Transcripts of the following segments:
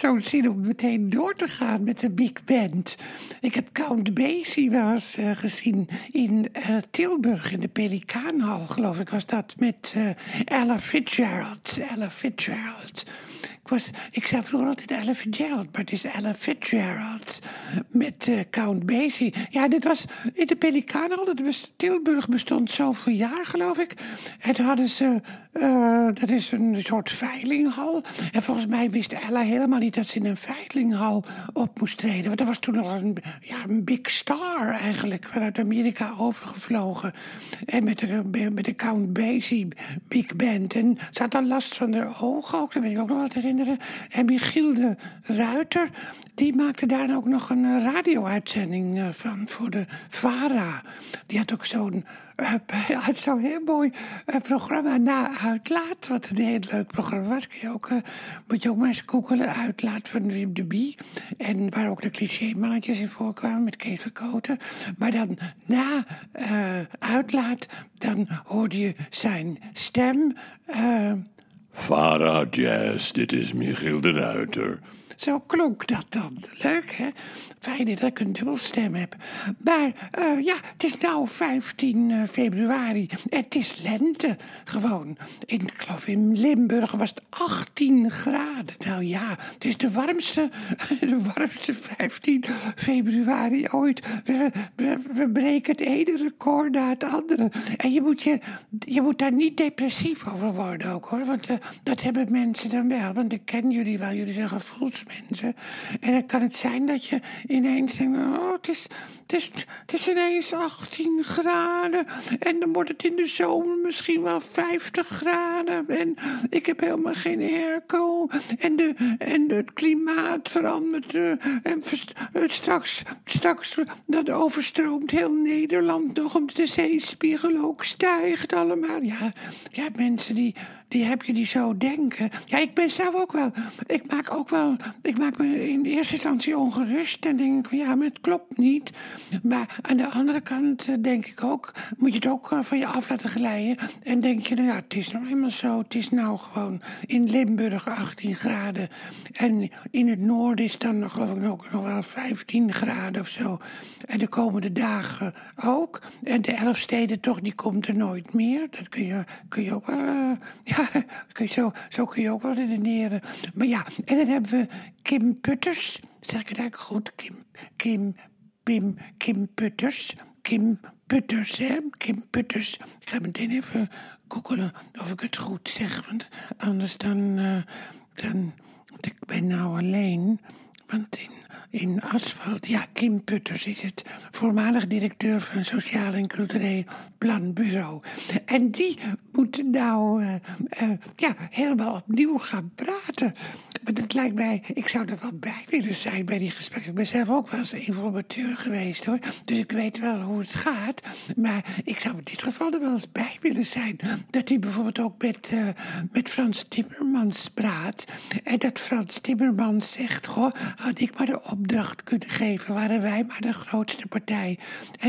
zo'n zin om meteen door te gaan met de big band. Ik heb Count Basie wel eens gezien in Tilburg, in de Pelikaanhal, geloof ik, was dat, met Ella Fitzgerald. Ik zei vroeger altijd Ella Fitzgerald, maar het is Ella Fitzgerald met Count Basie. Ja, dit was in de Pelikaanhal. Tilburg bestond zoveel jaar, geloof ik. En toen hadden ze, dat is een soort veilinghal. En volgens mij wist Ella helemaal niet dat ze in een veilinghal op moest treden. Want dat was toen al een big star eigenlijk, vanuit Amerika overgevlogen. En met de Count Basie big band. En ze had dan last van haar ogen ook, dat weet ik ook nog wel te herinneren. En Michiel de Ruiter, die maakte daar ook nog een radio-uitzending van voor de VARA. Die had ook zo'n heel mooi programma na Uitlaat, wat een heel leuk programma was. Moet je ook maar eens googelen, Uitlaat van Wim de Bie. En waar ook de clichémannetjes in voorkwamen met Kees Verkoten. Maar dan na Uitlaat, dan hoorde je zijn stem. VARA Jazz, dit is Michiel de Ruiter. Zo klonk dat dan. Leuk, hè? Fijn dat ik een dubbelstem heb. Maar het is nou 15 februari. Het is lente, gewoon. Ik geloof in Limburg was het 18 graden. Nou ja, het is de warmste 15 februari ooit. We breken het ene record na het andere. En je moet daar niet depressief over worden ook, hoor. Want dat hebben mensen dan wel. Want ik ken jullie wel. Jullie zijn gevoelsmensen. En dan kan het zijn dat je ineens denkt, het is ineens 18 graden. En dan wordt het in de zomer misschien wel 50 graden. En ik heb helemaal geen airco. En het klimaat verandert. En straks dat overstroomt heel Nederland nog, omdat de zeespiegel ook stijgt allemaal. Ja, mensen die heb je die zo denken. Ja, ik ben zelf ook wel. Ik maak me in eerste instantie ongerust. En denk ik van ja, maar het klopt niet. Maar aan de andere kant denk ik ook, moet je het ook van je af laten glijden. En denk je, nou ja, het is nou eenmaal zo. Het is nou gewoon in Limburg 18 graden. En in het noorden is dan nog, geloof ik, nog wel 15 graden of zo. En de komende dagen ook. En de Elfsteden toch, die komt er nooit meer. Dat kun je ook wel. Zo kun je ook wel redeneren. Maar ja, en dan hebben we Kim Putters. Zeg ik het eigenlijk goed? Kim Putters. Kim Putters, hè? Kim Putters. Ik ga meteen even googelen of ik het goed zeg. Want anders dan ik ben nou alleen. Want in Asfalt, ja, Kim Putters is het, voormalig directeur van Sociaal en Cultureel Planbureau. En die moet nou helemaal opnieuw gaan praten. Maar dat lijkt mij, ik zou er wel bij willen zijn bij die gesprekken. Ik ben zelf ook wel eens informateur geweest, hoor. Dus ik weet wel hoe het gaat. Maar ik zou in dit geval er wel eens bij willen zijn. Dat hij bijvoorbeeld ook met Frans Timmermans praat. En dat Frans Timmermans zegt, goh, had ik maar de opdracht kunnen geven, waren wij maar de grootste partij. En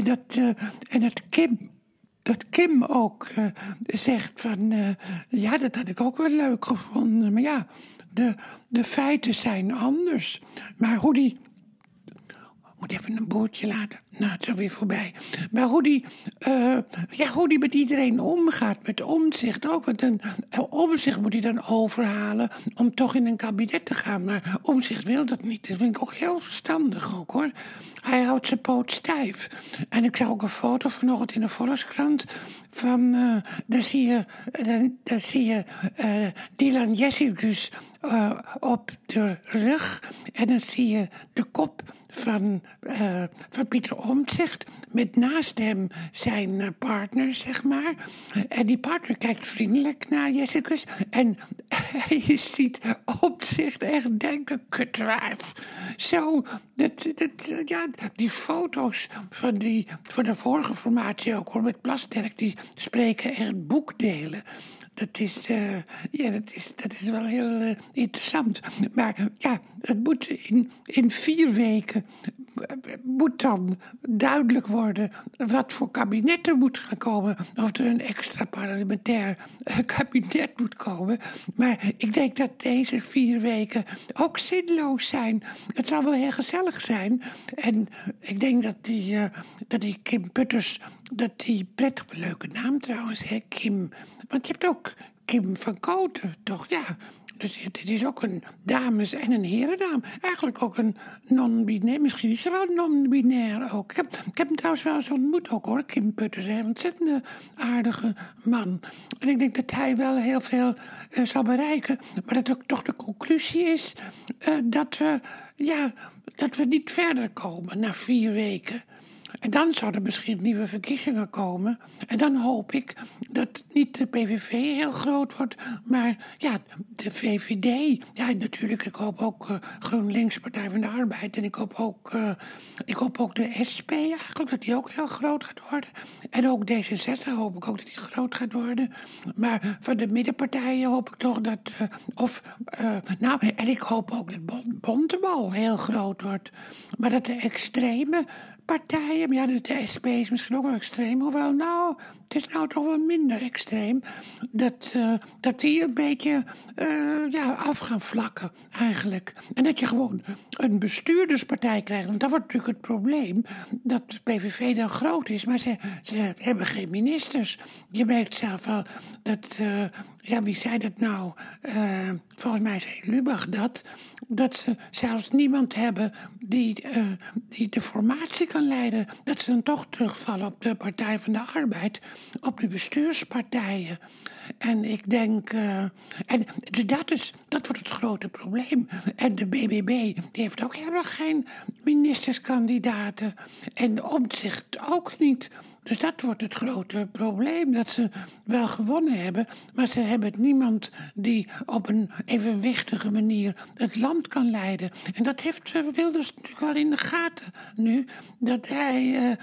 dat Kim ook zegt van, dat had ik ook wel leuk gevonden. Maar ja, de feiten zijn anders. Maar hoe die... moet even een boordje laten. Nou, het is alweer voorbij. Maar hoe die met iedereen omgaat, met Omtzigt ook. Want Omtzigt moet hij dan overhalen om toch in een kabinet te gaan. Maar Omtzigt wil dat niet. Dat vind ik ook heel verstandig ook, hoor. Hij houdt zijn poot stijf. En ik zag ook een foto vanochtend in de Volkskrant van... daar zie je Dylan Jessicus op de rug. En dan zie je de kop van Pieter Omtzigt met naast hem zijn partner, zeg maar. En die partner kijkt vriendelijk naar Jessicus. En je ziet Omtzigt echt denken, kutwijf. Zo, die foto's van de vorige formatie ook, hoor, met Plasterk, die spreken echt boekdelen. Dat is wel heel interessant. Maar ja, het moet in 4 weken moet dan duidelijk worden wat voor kabinet er moet gaan komen. Of er een extra parlementair kabinet moet komen. Maar ik denk dat deze 4 weken ook zinloos zijn. Het zal wel heel gezellig zijn. En ik denk dat die Kim Putters, dat die prettig, leuke naam trouwens, hè, Kim. Want je hebt ook Kim van Kooten, toch? Ja. Dus het is ook een dames- en een herennaam. Eigenlijk ook een non-binair. Misschien is er wel non-binair ook. Ik heb hem trouwens wel eens ontmoet ook, hoor. Kim Putters, een ontzettend aardige man. En ik denk dat hij wel heel veel zal bereiken. Maar dat ook toch de conclusie is dat we niet verder komen na 4 weken. En dan zouden misschien nieuwe verkiezingen komen. En dan hoop ik dat niet de PVV heel groot wordt, maar ja, de VVD. Ja, natuurlijk, ik hoop ook GroenLinks, Partij van de Arbeid. En ik hoop ook de SP eigenlijk, dat die ook heel groot gaat worden. En ook D66 hoop ik ook dat die groot gaat worden. Maar van de middenpartijen hoop ik toch dat... en ik hoop ook dat Bontebal heel groot wordt. Maar dat de extreme partijen, maar ja, de SP is misschien ook wel extreem, hoewel, het is nou toch wel minder extreem, dat die een beetje af gaan vlakken eigenlijk. En dat je gewoon een bestuurderspartij krijgt. Want dat wordt natuurlijk het probleem, dat de PVV dan groot is, maar ze hebben geen ministers. Je merkt zelf wel dat... wie zei dat nou? Volgens mij zei Lubach dat ze zelfs niemand hebben die de formatie kan leiden. Dat ze dan toch terugvallen op de Partij van de Arbeid, op de bestuurspartijen. En ik denk... dus dat wordt het grote probleem. En de BBB, die heeft ook helemaal geen ministerskandidaten. En Omtzigt ook niet. Dus dat wordt het grote probleem, dat ze wel gewonnen hebben, maar ze hebben niemand die op een evenwichtige manier het land kan leiden. En dat heeft Wilders natuurlijk wel in de gaten nu, dat hij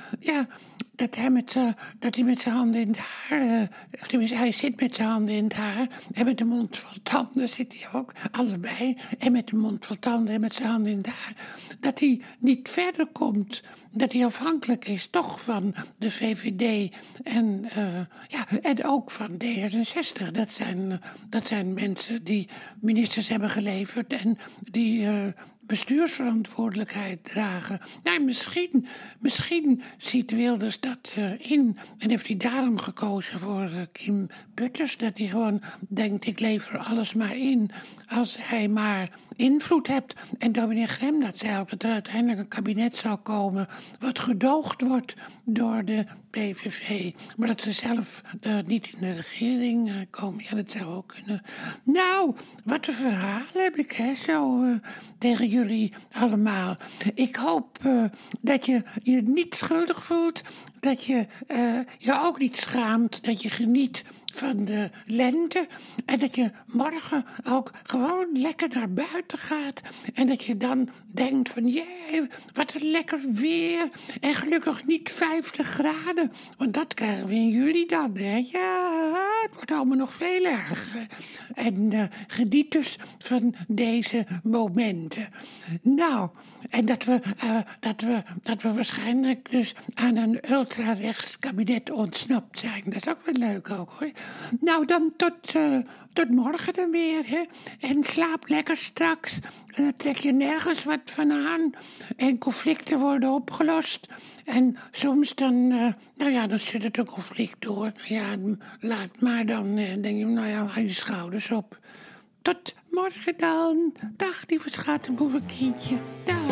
met zijn handen in het haar, of tenminste hij zit met zijn handen in het haar, en met de mond vol tanden zit hij ook, allebei, en met de mond vol tanden en met zijn handen in het haar, dat hij niet verder komt, dat hij afhankelijk is toch van de VVD en ook van D66. Dat zijn mensen die ministers hebben geleverd en die bestuursverantwoordelijkheid dragen. Nou, misschien ziet Wilders dat in en heeft hij daarom gekozen voor Kim Putters, dat hij gewoon denkt, ik lever alles maar in als hij maar invloed hebt. En dominee Grem dat zei ook, dat er uiteindelijk een kabinet zal komen wat gedoogd wordt door de PVV. Maar dat ze zelf niet in de regering komen. Ja, dat zou ook kunnen. Nou, wat een verhaal heb ik zo tegen jullie allemaal. Ik hoop dat je je niet schuldig voelt. Dat je je ook niet schaamt. Dat je geniet van de lente. En dat je morgen ook gewoon lekker naar buiten gaat. En dat je dan denkt van, jee, wat een lekker weer. En gelukkig niet 50 graden. Want dat krijgen we in juli dan, hè. Ja, het wordt allemaal nog veel erger. En geniet dus van deze momenten. Nou, en dat we waarschijnlijk dus aan een ultra-rechts kabinet ontsnapt zijn. Dat is ook wel leuk ook, hoor. Nou, dan tot morgen dan weer, hè. En slaap lekker straks. En dan trek je nergens wat van aan. En conflicten worden opgelost. En soms dan zit het een conflict door. Ja, laat maar dan. Denk je, haal je schouders op. Tot morgen dan. Dag, lieve schattenboevenkindje. Dag.